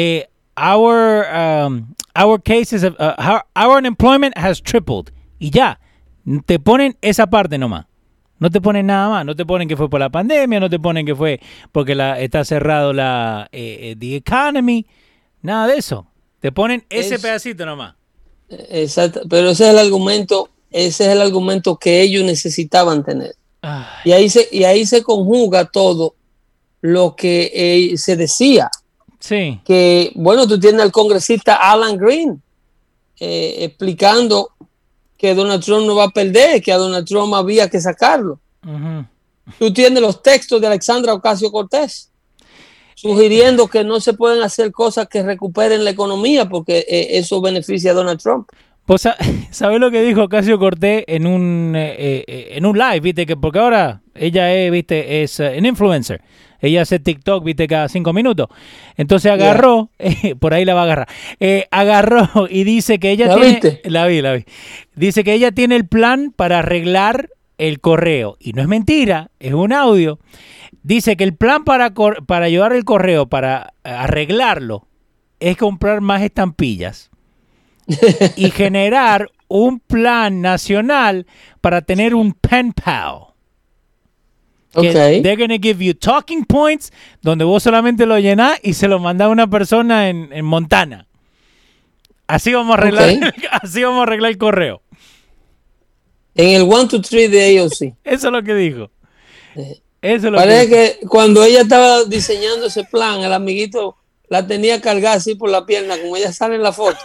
our cases of our unemployment has tripled. Y ya, te ponen esa parte nomás. No te ponen nada más, no te ponen que fue por la pandemia, no te ponen que fue porque está cerrado the economy, nada de eso. Te ponen ese pedacito nomás. Exacto, pero ese es el argumento que ellos necesitaban tener. Y ahí se conjuga todo lo que se decía. Sí. Que, bueno, tú tienes al congresista Alan Green explicando que Donald Trump no va a perder, que a Donald Trump había que sacarlo. Tú tienes los textos de Alexandra Ocasio-Cortez sugiriendo que no se pueden hacer cosas que recuperen la economía porque eso beneficia a Donald Trump. Pues, ¿sabes lo que dijo Ocasio-Cortez en un live? ¿Viste? Que porque ahora ella es un influencer. Ella hace TikTok, ¿viste? Cada 5 minutos. Entonces agarró, por ahí la va a agarrar, agarró y dice que ella ¿viste? La vi. Dice que ella tiene el plan para arreglar el correo. Y no es mentira, es un audio. Dice que el plan para ayudar el correo, para arreglarlo, es comprar más estampillas y generar un plan nacional para tener un pen pal. Okay. They're going to give you talking points donde vos solamente lo llenás y se lo mandás a una persona en Montana. Así vamos a arreglar, así vamos a arreglar el correo. En el 1, 2, 3 de AOC. Eso es lo que dijo. Parece que cuando ella estaba diseñando ese plan, el amiguito la tenía cargada así por la pierna, como ella sale en la foto.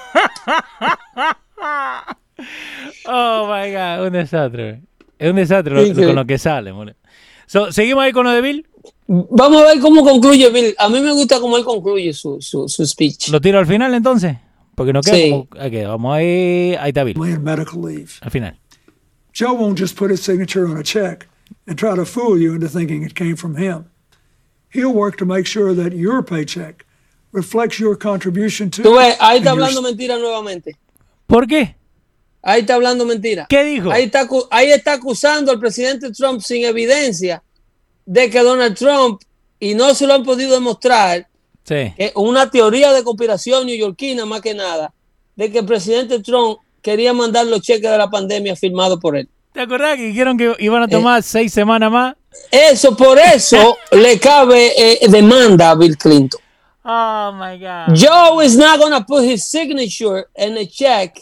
Oh my God, un desastre. Es un desastre con lo que sale, mole. Seguimos ahí con lo de Bill. Vamos a ver cómo concluye Bill. A mí me gusta cómo él concluye su speech. ¿Lo tiro al final entonces? Porque no queda como... Okay, vamos ahí está Bill. Medical leave. Al final. Joe won't just put his signature on a check and try to fool you into thinking it came from him. He'll work to make sure that your paycheck reflects your contribution to... Tú ves, ahí está hablando mentira nuevamente. ¿Por qué? Ahí está hablando mentira. ¿Qué dijo? Ahí está acusando al presidente Trump sin evidencia de que Donald Trump, y no se lo han podido demostrar, que una teoría de conspiración neoyorquina más que nada, de que el presidente Trump quería mandar los cheques de la pandemia firmados por él. ¿Te acordás que dijeron que iban a tomar 6 semanas más? Por eso le cabe demanda a Bill Clinton. Oh my God. Joe is not going to put his signature in a check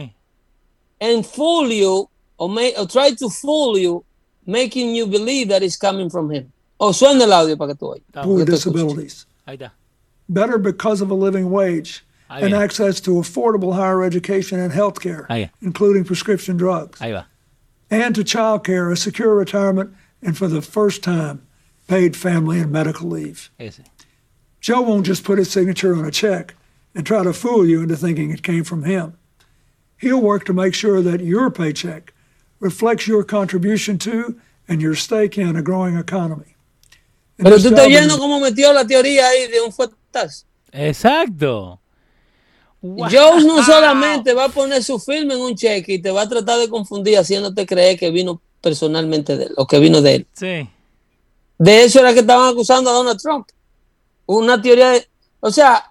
and fool you or try to fool you, making you believe that it's coming from him. Suena el audio para que tú oigas. Poor disabilities. Ahí está. Better because of a living wage and access to affordable higher education and health care, including prescription drugs. Ahí va. And to child care, a secure retirement, and for the first time, paid family and medical leave. Ese. Joe won't just put his signature on a check and try to fool you into thinking it came from him. He'll work to make sure that your paycheck reflects your contribution to and your stake in a growing economy. Pero tú estás viendo cómo metió la teoría ahí de un fuetazo. Exacto. Wow. Joe no solamente va a poner su firma en un cheque y te va a tratar de confundir haciéndote creer que vino personalmente de él o que vino de él. Sí. De eso era que estaban acusando a Donald Trump. Una teoría de... O sea,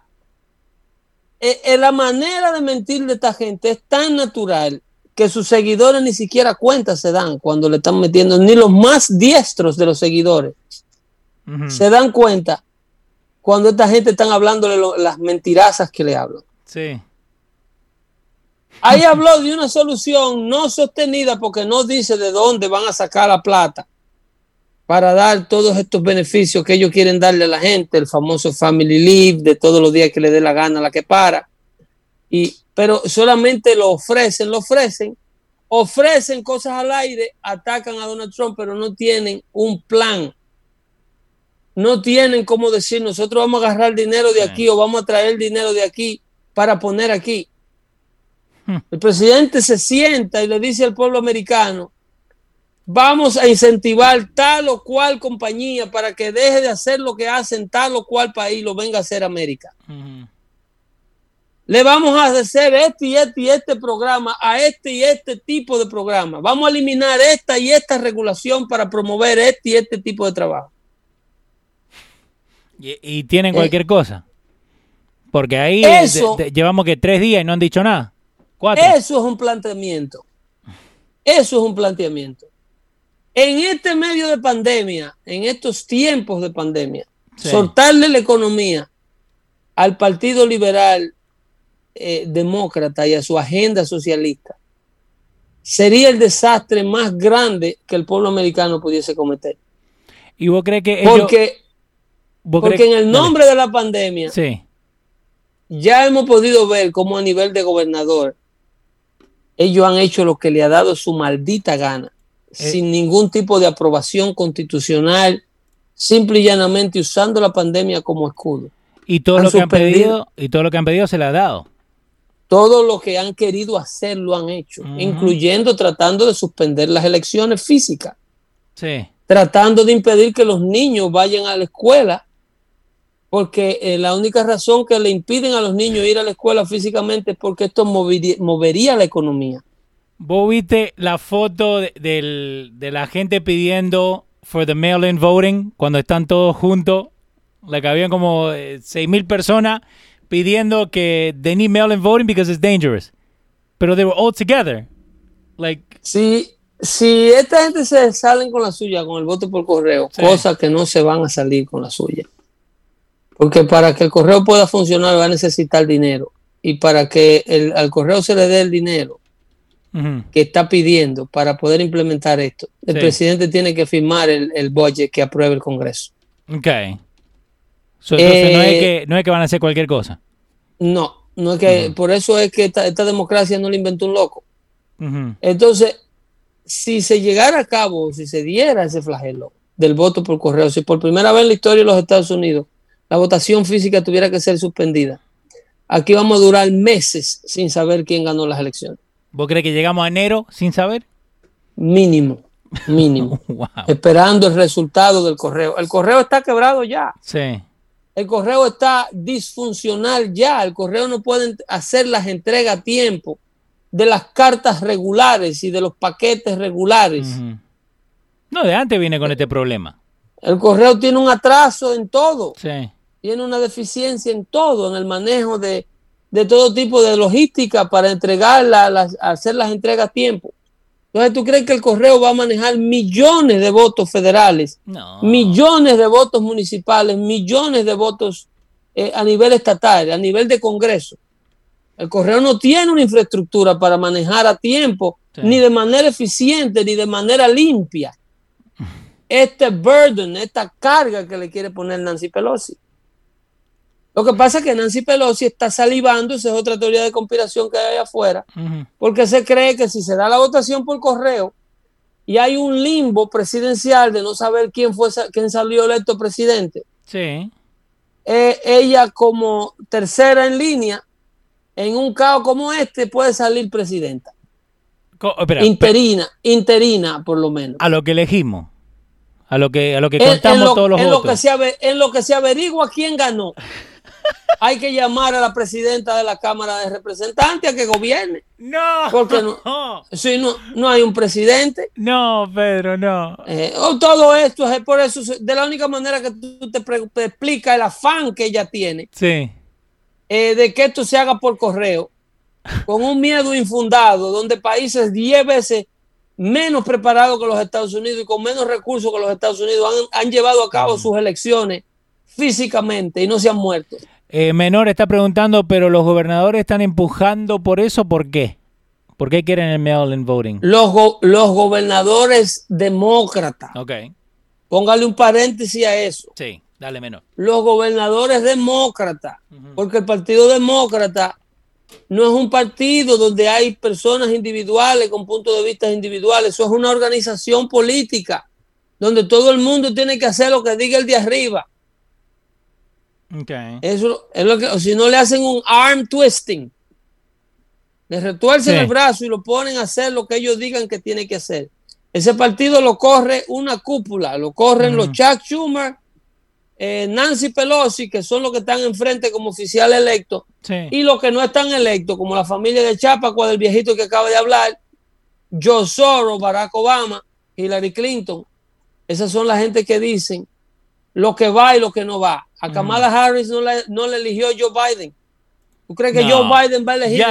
la manera de mentir de esta gente es tan natural que sus seguidores ni siquiera cuenta se dan cuando le están metiendo, ni los más diestros de los seguidores se dan cuenta cuando esta gente están hablándole las mentirazas que le hablan. Sí. Ahí habló de una solución no sostenida porque no dice de dónde van a sacar la plata para dar todos estos beneficios que ellos quieren darle a la gente, el famoso family leave de todos los días que le dé la gana a la que para. Pero solamente lo ofrecen cosas al aire, atacan a Donald Trump, pero no tienen un plan. No tienen cómo decir, nosotros vamos a agarrar dinero de aquí o vamos a traer dinero de aquí para poner aquí. El presidente se sienta y le dice al pueblo americano, vamos a incentivar tal o cual compañía para que deje de hacer lo que hacen tal o cual país, lo venga a hacer América. Le vamos a hacer este programa a este y este tipo de programa. Vamos a eliminar esta y esta regulación para promover este y este tipo de trabajo. Y tienen cualquier cosa. Porque ahí llevamos que 3 días y no han dicho nada. 4. Eso es un planteamiento. En este medio de pandemia, en estos tiempos de pandemia, soltarle la economía al Partido Liberal Demócrata y a su agenda socialista sería el desastre más grande que el pueblo americano pudiese cometer. ¿Y vos crees que porque en el nombre de la pandemia ya hemos podido ver cómo a nivel de gobernador ellos han hecho lo que le ha dado su maldita gana, sin ningún tipo de aprobación constitucional, simple y llanamente usando la pandemia como escudo. Y todo lo que han pedido se le ha dado. Todo lo que han querido hacer lo han hecho, incluyendo tratando de suspender las elecciones físicas. Tratando de impedir que los niños vayan a la escuela, porque la única razón que le impiden a los niños ir a la escuela físicamente es porque esto movería la economía. ¿Vos viste la foto de la gente pidiendo for the mail-in voting cuando están todos juntos? Que habían como 6,000 personas pidiendo que they need mail-in voting because it's dangerous. Pero they were all together. Si esta gente se salen con la suya, con el voto por correo, cosas que no se van a salir con la suya. Porque para que el correo pueda funcionar va a necesitar dinero. Y para que al correo se le dé el dinero que está pidiendo para poder implementar esto, el presidente tiene que firmar el budget que apruebe el Congreso. Entonces no es que van a hacer cualquier cosa. No es que por eso es que esta democracia no la inventó un loco. Entonces, si se llegara a cabo, si se diera ese flagelo, del voto por correo. Si por primera vez en la historia de los Estados Unidos la votación física tuviera que ser suspendida, aquí vamos a durar meses sin saber quién ganó las elecciones. ¿Vos crees que llegamos a enero sin saber? Mínimo. Wow. Esperando el resultado del correo. El correo está quebrado ya. Sí. El correo está disfuncional ya. El correo no puede hacer las entregas a tiempo de las cartas regulares y de los paquetes regulares. Uh-huh. No, de antes viene con este problema. El correo tiene un atraso en todo. Sí. Tiene una deficiencia en todo, en el manejo de todo tipo de logística para hacer las entregas a tiempo. Entonces, ¿tú crees que el correo va a manejar millones de votos federales, no, millones de votos municipales, millones de votos a nivel estatal, a nivel de Congreso? El correo no tiene una infraestructura para manejar a tiempo, sí, ni de manera eficiente, ni de manera limpia este burden, esta carga que le quiere poner Nancy Pelosi. Lo que pasa es que Nancy Pelosi está salivando, esa es otra teoría de conspiración que hay afuera, uh-huh, porque se cree que si se da la votación por correo y hay un limbo presidencial de no saber quién salió electo presidente, sí, ella como tercera en línea, en un caos como este, puede salir presidenta. Interina, por lo menos. A lo que elegimos, a lo que contamos todos los votos. En lo que se averigua quién ganó. Hay que llamar a la presidenta de la Cámara de Representantes a que gobierne. No. Porque no hay un presidente. No, Pedro, no. Todo esto es por eso, de la única manera que tú te explicas el afán que ella tiene. Sí. De que esto se haga por correo, con un miedo infundado, donde países 10 veces menos preparados que los Estados Unidos y con menos recursos que los Estados Unidos han llevado a cabo sus elecciones físicamente y no se han muerto. Menor está preguntando, pero los gobernadores están empujando por eso, ¿por qué? ¿Por qué quieren el mail-in voting? Los gobernadores demócratas. Okay. Póngale un paréntesis a eso. Sí, dale, Menor. Los gobernadores demócratas, uh-huh, porque el Partido Demócrata no es un partido donde hay personas individuales con puntos de vista individuales. Eso es una organización política donde todo el mundo tiene que hacer lo que diga el de arriba. Okay. Eso es lo que, si no le hacen un arm twisting, le retuercen el brazo y lo ponen a hacer lo que ellos digan que tiene que hacer. Ese partido lo corre una cúpula, lo corren uh-huh, los Chuck Schumer, Nancy Pelosi, que son los que están enfrente como oficial electo, sí, y los que no están electos, como la familia de Chapacua, del viejito que acaba de hablar, Joe Soros, Barack Obama, Hillary Clinton. Esas son la gente que dicen lo que va y lo que no va. A Kamala Harris no le eligió Joe Biden. ¿Tú crees que Joe Biden va a elegir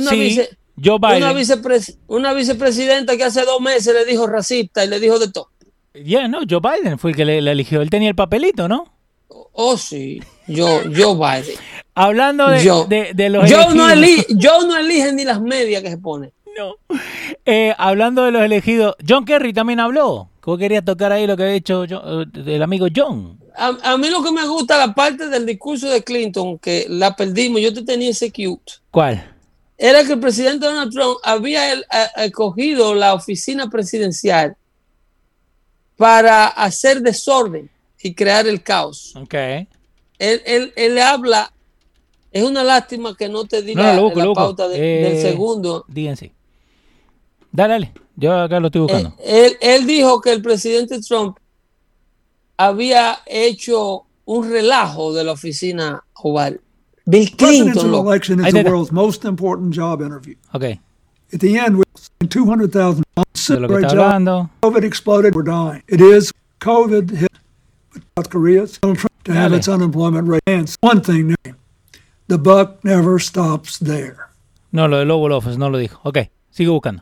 una vicepresidenta que hace 2 meses le dijo racista y le dijo de todo? No, Joe Biden fue el que le eligió. Él tenía el papelito, ¿no? Oh, sí. Joe Biden. Hablando de los Joe no elige ni las medias que se pone. No. Hablando de los elegidos, John Kerry también habló. ¿Cómo quería tocar ahí lo que había hecho el amigo John? A mí lo que me gusta, la parte del discurso de Clinton, que la perdimos, yo te tenía ese cute. ¿Cuál? Era que el presidente Donald Trump había escogido la oficina presidencial para hacer desorden y crear el caos. Okay. Él habla, es una lástima que no te di la pauta del segundo. DNC. Dale, yo acá lo estoy buscando. Él dijo que el presidente Trump había hecho un relajo de la oficina oval. Bill Clinton. Presidential election is the world's most important job interview. Okay. At the end, we're 200,000 de lo que está hablando. COVID exploded, we're dying. It is COVID hit South Korea to have its unemployment rate. And one thing, the buck never stops there. No, lo del Oval Office no lo dijo. Ok, sigo buscando.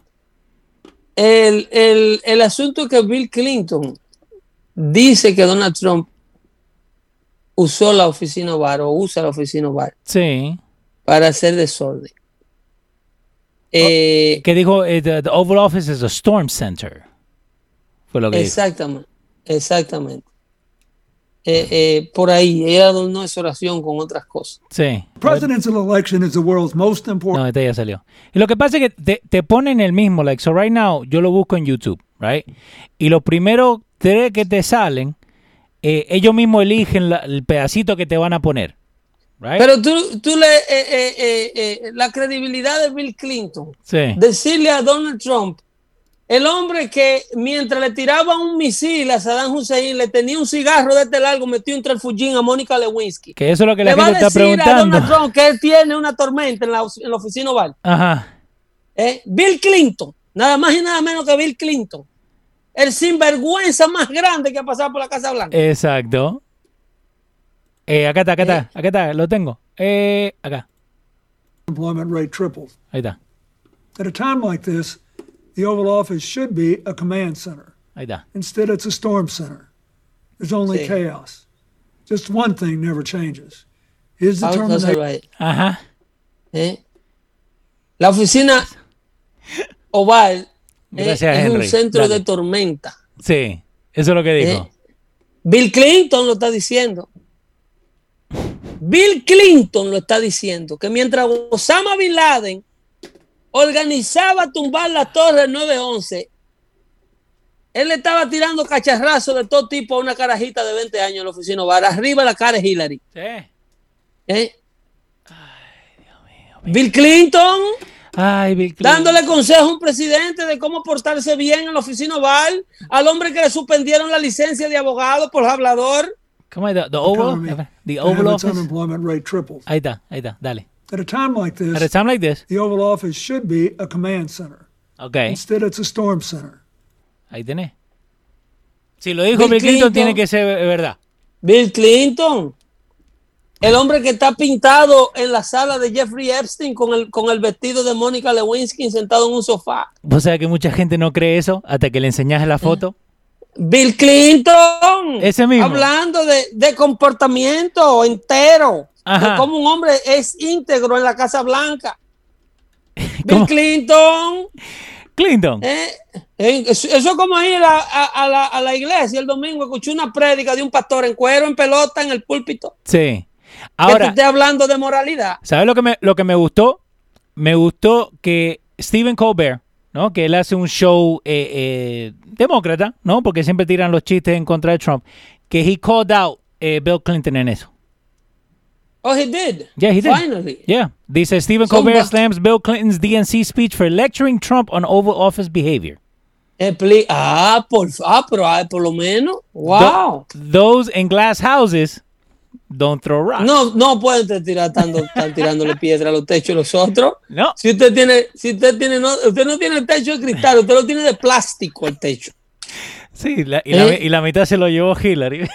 El asunto es que Bill Clinton dice que Donald Trump usó la oficina oval o usa la oficina oval. Sí. Para hacer desorden. Que dijo, the Oval Office is a storm center. Fue lo que dijo. Exactamente. Por ahí, ella no es oración con otras cosas. Sí. Presidential election is the world's most important. No, este ya salió. Y lo que pasa es que te ponen el mismo, like, so right now, yo lo busco en YouTube. right? Y los primeros 3 que te salen, ellos mismos eligen el pedacito que te van a poner. Right? Pero la credibilidad de Bill Clinton, decirle a Donald Trump, el hombre que mientras le tiraba un misil a Saddam Hussein, le tenía un cigarro de este largo metido entre el Fujín a Mónica Lewinsky. Que eso es lo que la gente está preguntando. Le va a decir a Donald Trump que él tiene una tormenta en la oficina Oval. Ajá. Bill Clinton, nada más y nada menos que Bill Clinton, el sinvergüenza más grande que ha pasado por la Casa Blanca. Exacto. Acá está, lo tengo. Acá. Employment rate tripled. Ahí está. At a time like this, the Oval Office should be a command center. Ahí está. Instead, it's a storm center. There's only chaos. Just one thing never changes. His determination. Right. Ajá. La oficina Oval es un centro de tormenta. Sí, eso es lo que dijo. Bill Clinton lo está diciendo. Bill Clinton lo está diciendo, que mientras Osama Bin Laden organizaba tumbar la torre del 9/11, él le estaba tirando cacharrazos de todo tipo a una carajita de 20 años en la oficina Oval, arriba de la cara de Hillary. Sí. Ay, Dios mío. Bill Clinton. Ay, Bill Clinton. Dándole consejo a un presidente de cómo portarse bien en la oficina Oval, al hombre que le suspendieron la licencia de abogado por hablador. ¿Cómo es? The Oval Office. Unemployment rate tripled. Ahí está, dale. At a time like this, the Oval Office should be a command center. Okay. Instead, it's a storm center. Ahí tenés. Si lo dijo Bill Clinton, tiene que ser verdad. Bill Clinton, el hombre que está pintado en la sala de Jeffrey Epstein con el vestido de Mónica Lewinsky sentado en un sofá. ¿Vos sabés que mucha gente no cree eso hasta que le enseñás la foto? Bill Clinton, ese mismo, hablando de comportamiento entero, de cómo un hombre es íntegro en la Casa Blanca. Bill Clinton. Eso es como ir a la iglesia el domingo, escuché una prédica de un pastor en cuero, en pelota, en el púlpito. Sí. Ahora, que te esté hablando de moralidad. ¿Sabes lo que me gustó? Me gustó que Stephen Colbert, ¿no? Que él hace un show demócrata, ¿no? Porque siempre tiran los chistes en contra de Trump. Que he called out Bill Clinton en eso. Oh, he did? Yeah, he did. Finally. Yeah. Dice Stephen Colbert slams Bill Clinton's DNC speech for lecturing Trump on Oval Office behavior. Por lo menos. Wow. Those in glass houses don't throw rocks. No pueden estar tirándole piedra a los techos de los otros. No. Si usted no tiene el techo de cristal, usted lo tiene de plástico el techo. Sí, y la mitad se lo llevó Hillary.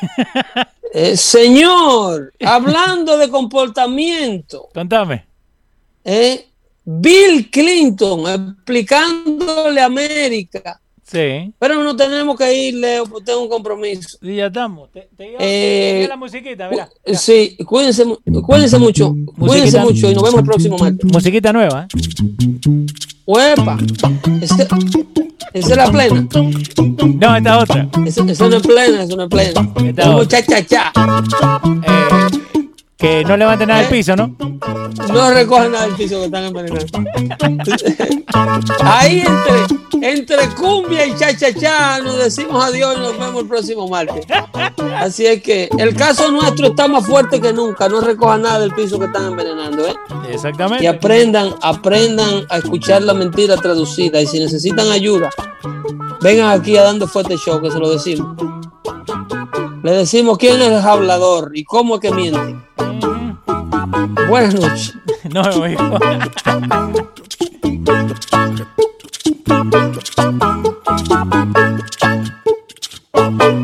Señor, hablando de comportamiento. Contame. Bill Clinton explicándole a América. Sí. Pero no tenemos que ir, Leo, porque tengo un compromiso. Sí, ya estamos. Te la musiquita, mira. Sí, cuídense mucho. Cuídense mucho y nos vemos el próximo martes. Musiquita nueva, ¡Uepa! ¿Esa es la plena? No, esta otra. Eso no es plena, eso no es plena. Esta otra. Cha. Que no levanten nada del piso, ¿no? No recojan nada del piso que están envenenando. Ahí entre cumbia y cha nos decimos adiós y nos vemos el próximo martes. Así es que el caso nuestro está más fuerte que nunca. No recojan nada del piso que están envenenando, Exactamente. Y aprendan a escuchar la mentira traducida. Y si necesitan ayuda, vengan aquí a Dando Fuerte Show, que se lo decimos. Le decimos quién es el hablador y cómo es que miente. Buenas noches. No me voy.